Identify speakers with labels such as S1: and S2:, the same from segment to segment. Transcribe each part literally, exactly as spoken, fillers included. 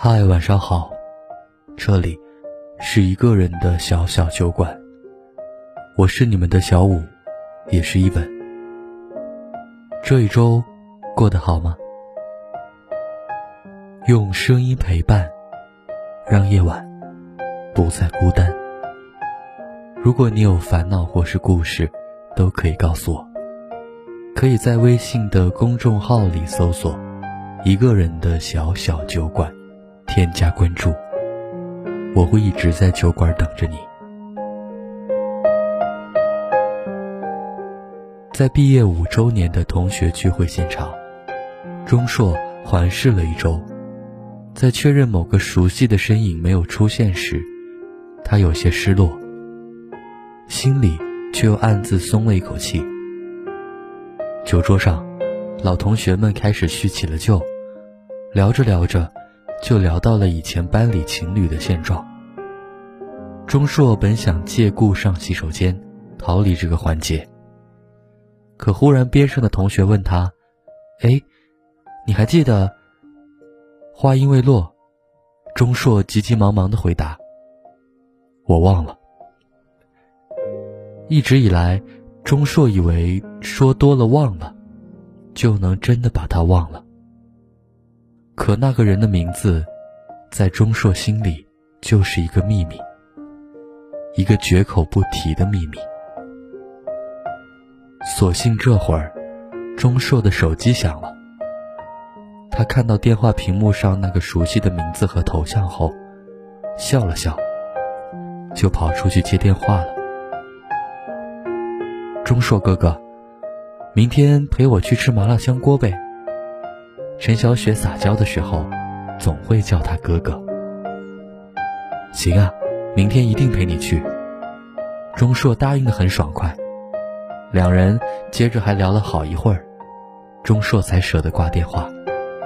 S1: 嗨，晚上好，这里是一个人的小小酒馆，我是你们的小五，也是一本。这一周过得好吗？用声音陪伴，让夜晚不再孤单。如果你有烦恼或是故事，都可以告诉我，可以在微信的公众号里搜索一个人的小小酒馆，添加关注，我会一直在酒馆等着你。在毕业五周年的同学聚会现场，钟硕环视了一周，在确认某个熟悉的身影没有出现时，他有些失落，心里却又暗自松了一口气。酒桌上，老同学们开始叙起了旧，聊着聊着就聊到了以前班里情侣的现状。钟硕本想借故上洗手间逃离这个环节，可忽然边上的同学问他，哎，你还记得？话音未落，钟硕急急忙忙地回答，我忘了。一直以来，钟硕以为说多了忘了就能真的把他忘了，可那个人的名字在钟硕心里就是一个秘密，一个绝口不提的秘密。所幸这会儿钟硕的手机响了，他看到电话屏幕上那个熟悉的名字和头像后笑了笑，就跑出去接电话了。钟硕哥哥，明天陪我去吃麻辣香锅呗。陈小雪撒娇的时候总会叫他哥哥。行啊，明天一定陪你去。钟硕答应得很爽快，两人接着还聊了好一会儿，钟硕才舍得挂电话。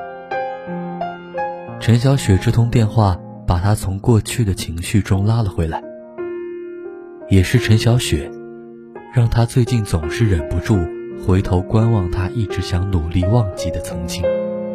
S1: 陈小雪这通电话把他从过去的情绪中拉了回来，也是陈小雪让他最近总是忍不住回头观望他一直想努力忘记的曾经。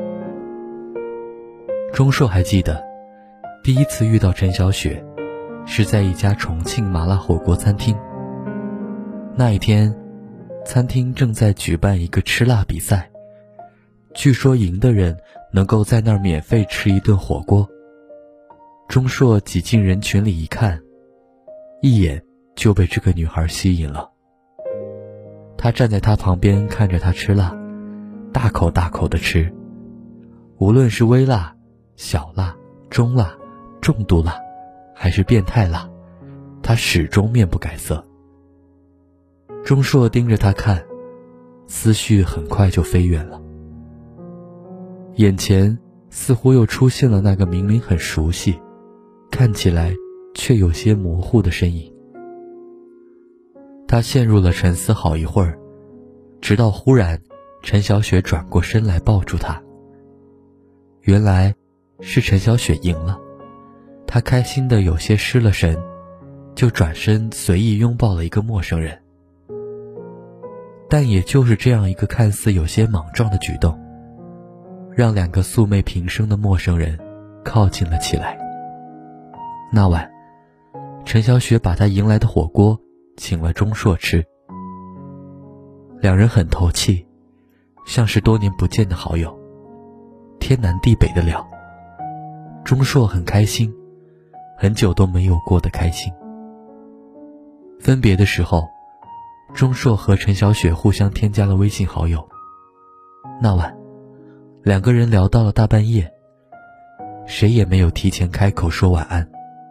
S1: 钟硕还记得第一次遇到陈小雪是在一家重庆麻辣火锅餐厅。那一天餐厅正在举办一个吃辣比赛，据说赢的人能够在那儿免费吃一顿火锅。钟硕挤进人群里一看，一眼就被这个女孩吸引了。他站在她旁边看着她吃辣，大口大口地吃，无论是微辣、小辣、中辣、重度辣还是变态辣，他始终面不改色。钟硕盯着她看，思绪很快就飞远了。眼前似乎又出现了那个明明很熟悉，看起来却有些模糊的身影。他陷入了沉思好一会儿，直到忽然陈小雪转过身来抱住他。原来是陈小雪赢了，他开心的有些失了神，就转身随意拥抱了一个陌生人。但也就是这样一个看似有些莽撞的举动，让两个素昧平生的陌生人靠近了起来。那晚陈小雪把她迎来的火锅请了钟硕吃，两人很投契，像是多年不见的好友，天南地北的聊。钟硕很开心，很久都没有过的开心。分别的时候，钟硕和陈小雪互相添加了微信好友。那晚两个人聊到了大半夜，谁也没有提前开口说晚安。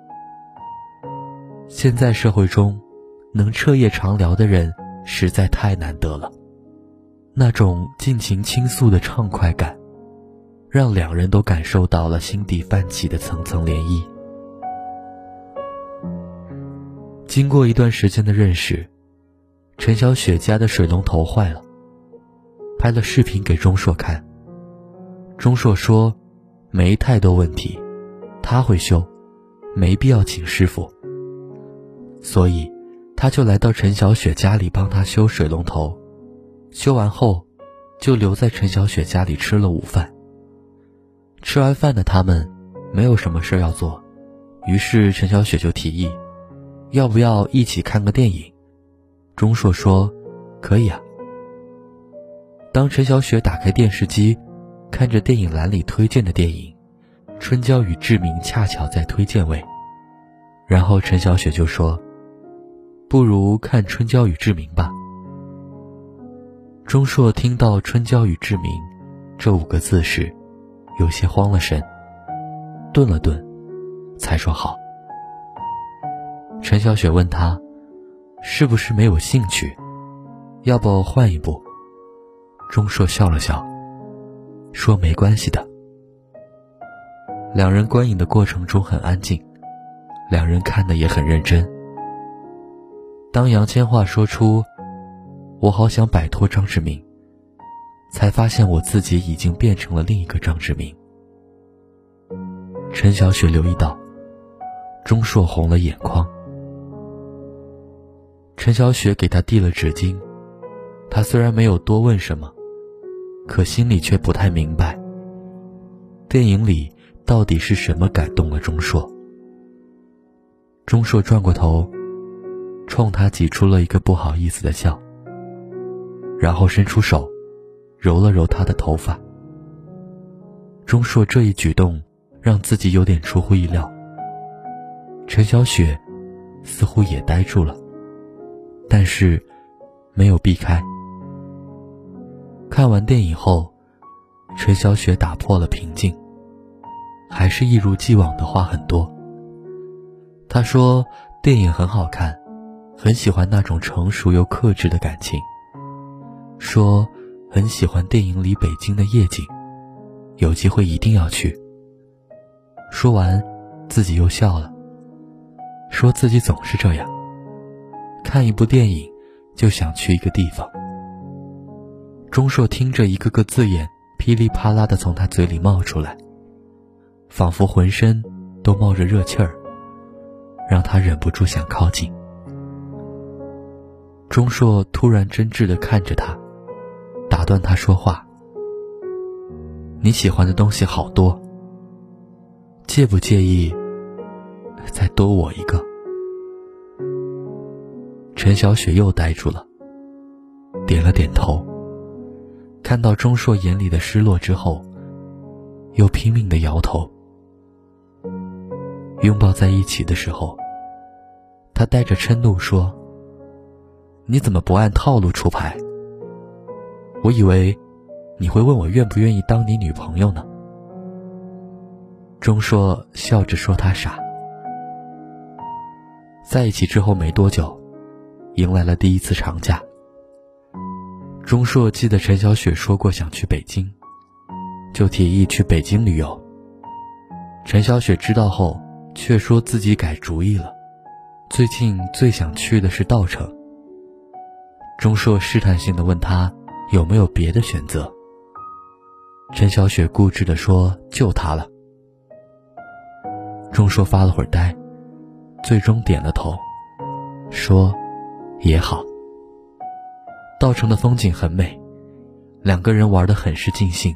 S1: 现在社会中能彻夜长聊的人实在太难得了，那种尽情倾诉的畅快感让两人都感受到了心底泛起的层层涟漪。经过一段时间的认识，陈小雪家的水龙头坏了，拍了视频给钟硕看。钟硕说没太多问题，他会修，没必要请师傅，所以他就来到陈小雪家里帮她修水龙头。修完后就留在陈小雪家里吃了午饭。吃完饭的他们没有什么事要做，于是陈小雪就提议，要不要一起看个电影？钟硕说，可以啊。当陈小雪打开电视机，看着电影栏里推荐的电影，春娇与志明恰巧在推荐位，然后陈小雪就说，不如看春娇与志明吧。钟硕听到春娇与志明这五个字时，有些慌了神，顿了顿，才说好。陈小雪问他，是不是没有兴趣？要不换一部？钟硕笑了笑，说没关系的。两人观影的过程中很安静，两人看得也很认真。当杨千嬅说出我好想摆脱张志明，才发现我自己已经变成了另一个张志明。陈小雪留意到钟硕红了眼眶。陈小雪给他递了纸巾，他虽然没有多问什么，可心里却不太明白，电影里到底是什么感动了钟硕。钟硕转过头，冲他挤出了一个不好意思的笑，然后伸出手揉了揉他的头发。钟硕这一举动让自己有点出乎意料，陈小雪似乎也呆住了，但是没有避开。看完电影后，陈小雪打破了平静，还是一如既往的话很多。她说电影很好看，很喜欢那种成熟又克制的感情，说很喜欢电影里北京的夜景，有机会一定要去。说完自己又笑了，说自己总是这样，看一部电影就想去一个地方。钟硕听着一个个字眼噼里啪啦地从他嘴里冒出来，仿佛浑身都冒着热气儿，让他忍不住想靠近。钟硕突然真挚地看着他，打断他说话，你喜欢的东西好多，介不介意再多我一个？陈小雪又呆住了，点了点头。看到钟硕眼里的失落之后，又拼命地摇头。拥抱在一起的时候，他带着嗔怒说，你怎么不按套路出牌？我以为你会问我愿不愿意当你女朋友呢。钟硕笑着说他傻。在一起之后没多久，迎来了第一次长假。钟硕记得陈小雪说过想去北京，就提议去北京旅游。陈小雪知道后却说自己改主意了，最近最想去的是稻城。钟硕试探性地问他有没有别的选择。陈小雪固执地说就他了。钟硕发了会儿呆，最终点了头，说也好。稻城的风景很美，两个人玩得很是尽兴。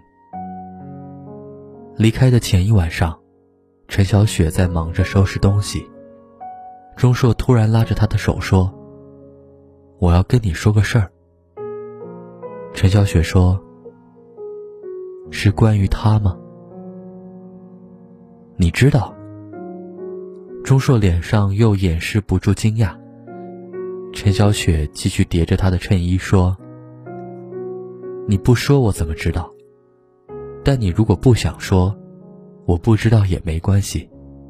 S1: 离开的前一晚上，陈小雪在忙着收拾东西，钟硕突然拉着她的手说，我要跟你说个事儿。陈小雪说，是关于他吗？你知道？钟硕脸上又掩饰不住惊讶。陈小雪继续叠着他的衬衣说，你不说我怎么知道？但你如果不想说，我不知道也没关系。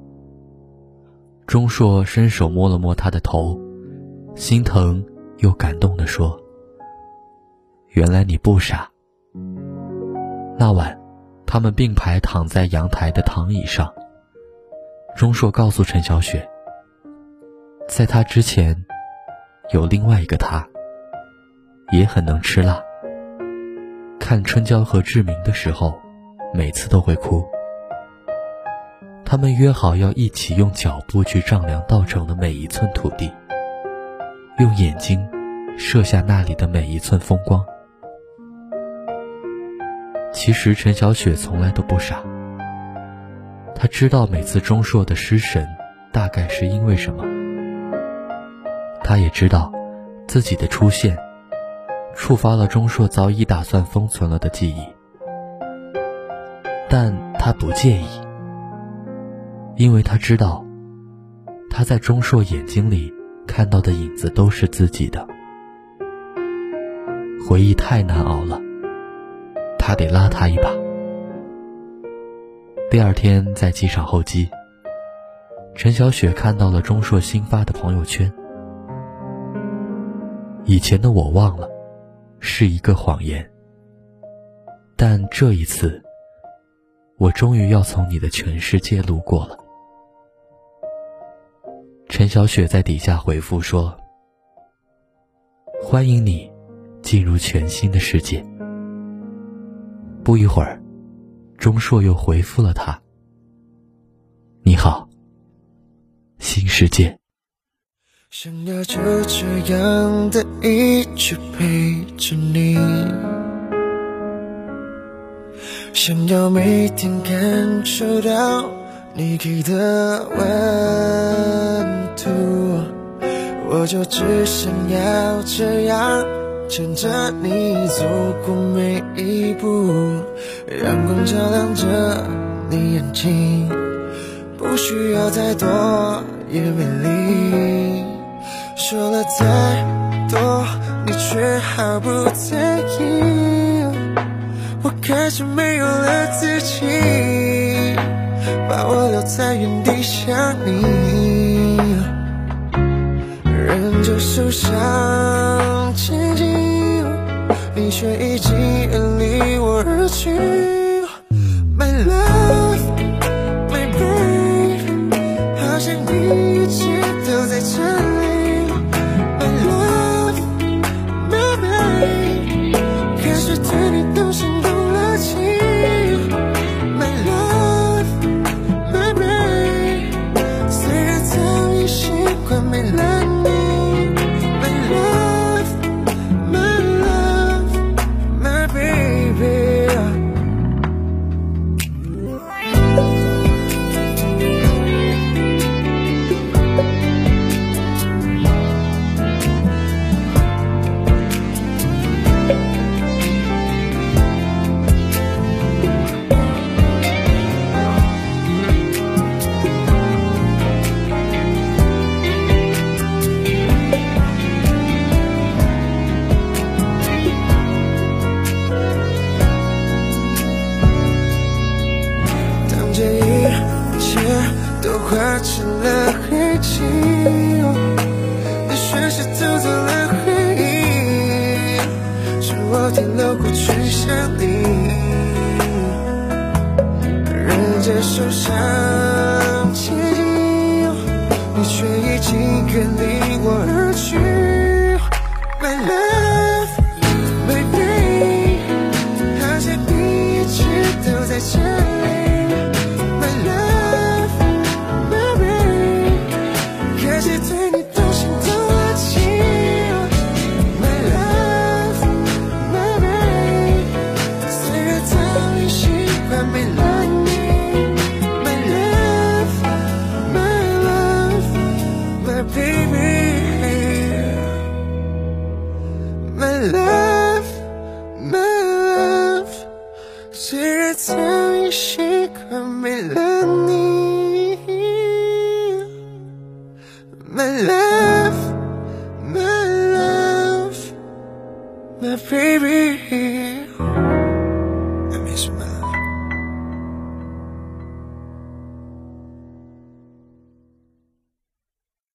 S1: 钟硕伸手摸了摸他的头，心疼又感动地说，原来你不傻。那晚他们并排躺在阳台的躺椅上，钟硕告诉陈小雪，在他之前有另外一个他，也很能吃辣。看春娇和志明的时候，每次都会哭。他们约好要一起用脚步去丈量稻城的每一寸土地，用眼睛射下那里的每一寸风光。其实陈小雪从来都不傻， 他知道每次钟硕的失神大概是因为什么，他也知道自己的出现触发了钟硕早已打算封存了的记忆，但他不介意，因为他知道他在钟硕眼睛里看到的影子都是自己的。回忆太难熬了，他得拉他一把。第二天在机场候机，陈小雪看到了钟硕新发的朋友圈。以前的我忘了，是一个谎言，但这一次，我终于要从你的全世界路过了。陈小雪在底下回复说：欢迎你进入全新的世界。不一会儿，钟硕又回复了他：你好，新世界。
S2: 想要就这样的一直陪着你，想要每天感受到你给的温度，我就只想要这样牵着你走过每一步，阳光照亮着你眼睛，不需要再多也美丽，说了再多你却毫不在意，我开始没有了自己，把我留在原地想你，人就受伤前进，你却已经远离我而去。 My love my babe， 好像你一直都在这里。 My love my babe， 开始对你都心动了情。 My love my babe， 虽然早已习惯没了你。 My love my love my baby，这一切都化成了黑漆，你顺势偷走了回忆，是我停留过去想你，人在受伤前进，你却已经远离我而去。 My love my babe， 好像你一直都在这里。 对你都心动了情。 My love my babe， 虽然早已习惯没了你。 My love my love my baby， My love my love， 虽然早已习惯没了你。 My love, my love, my baby. I miss you, my love.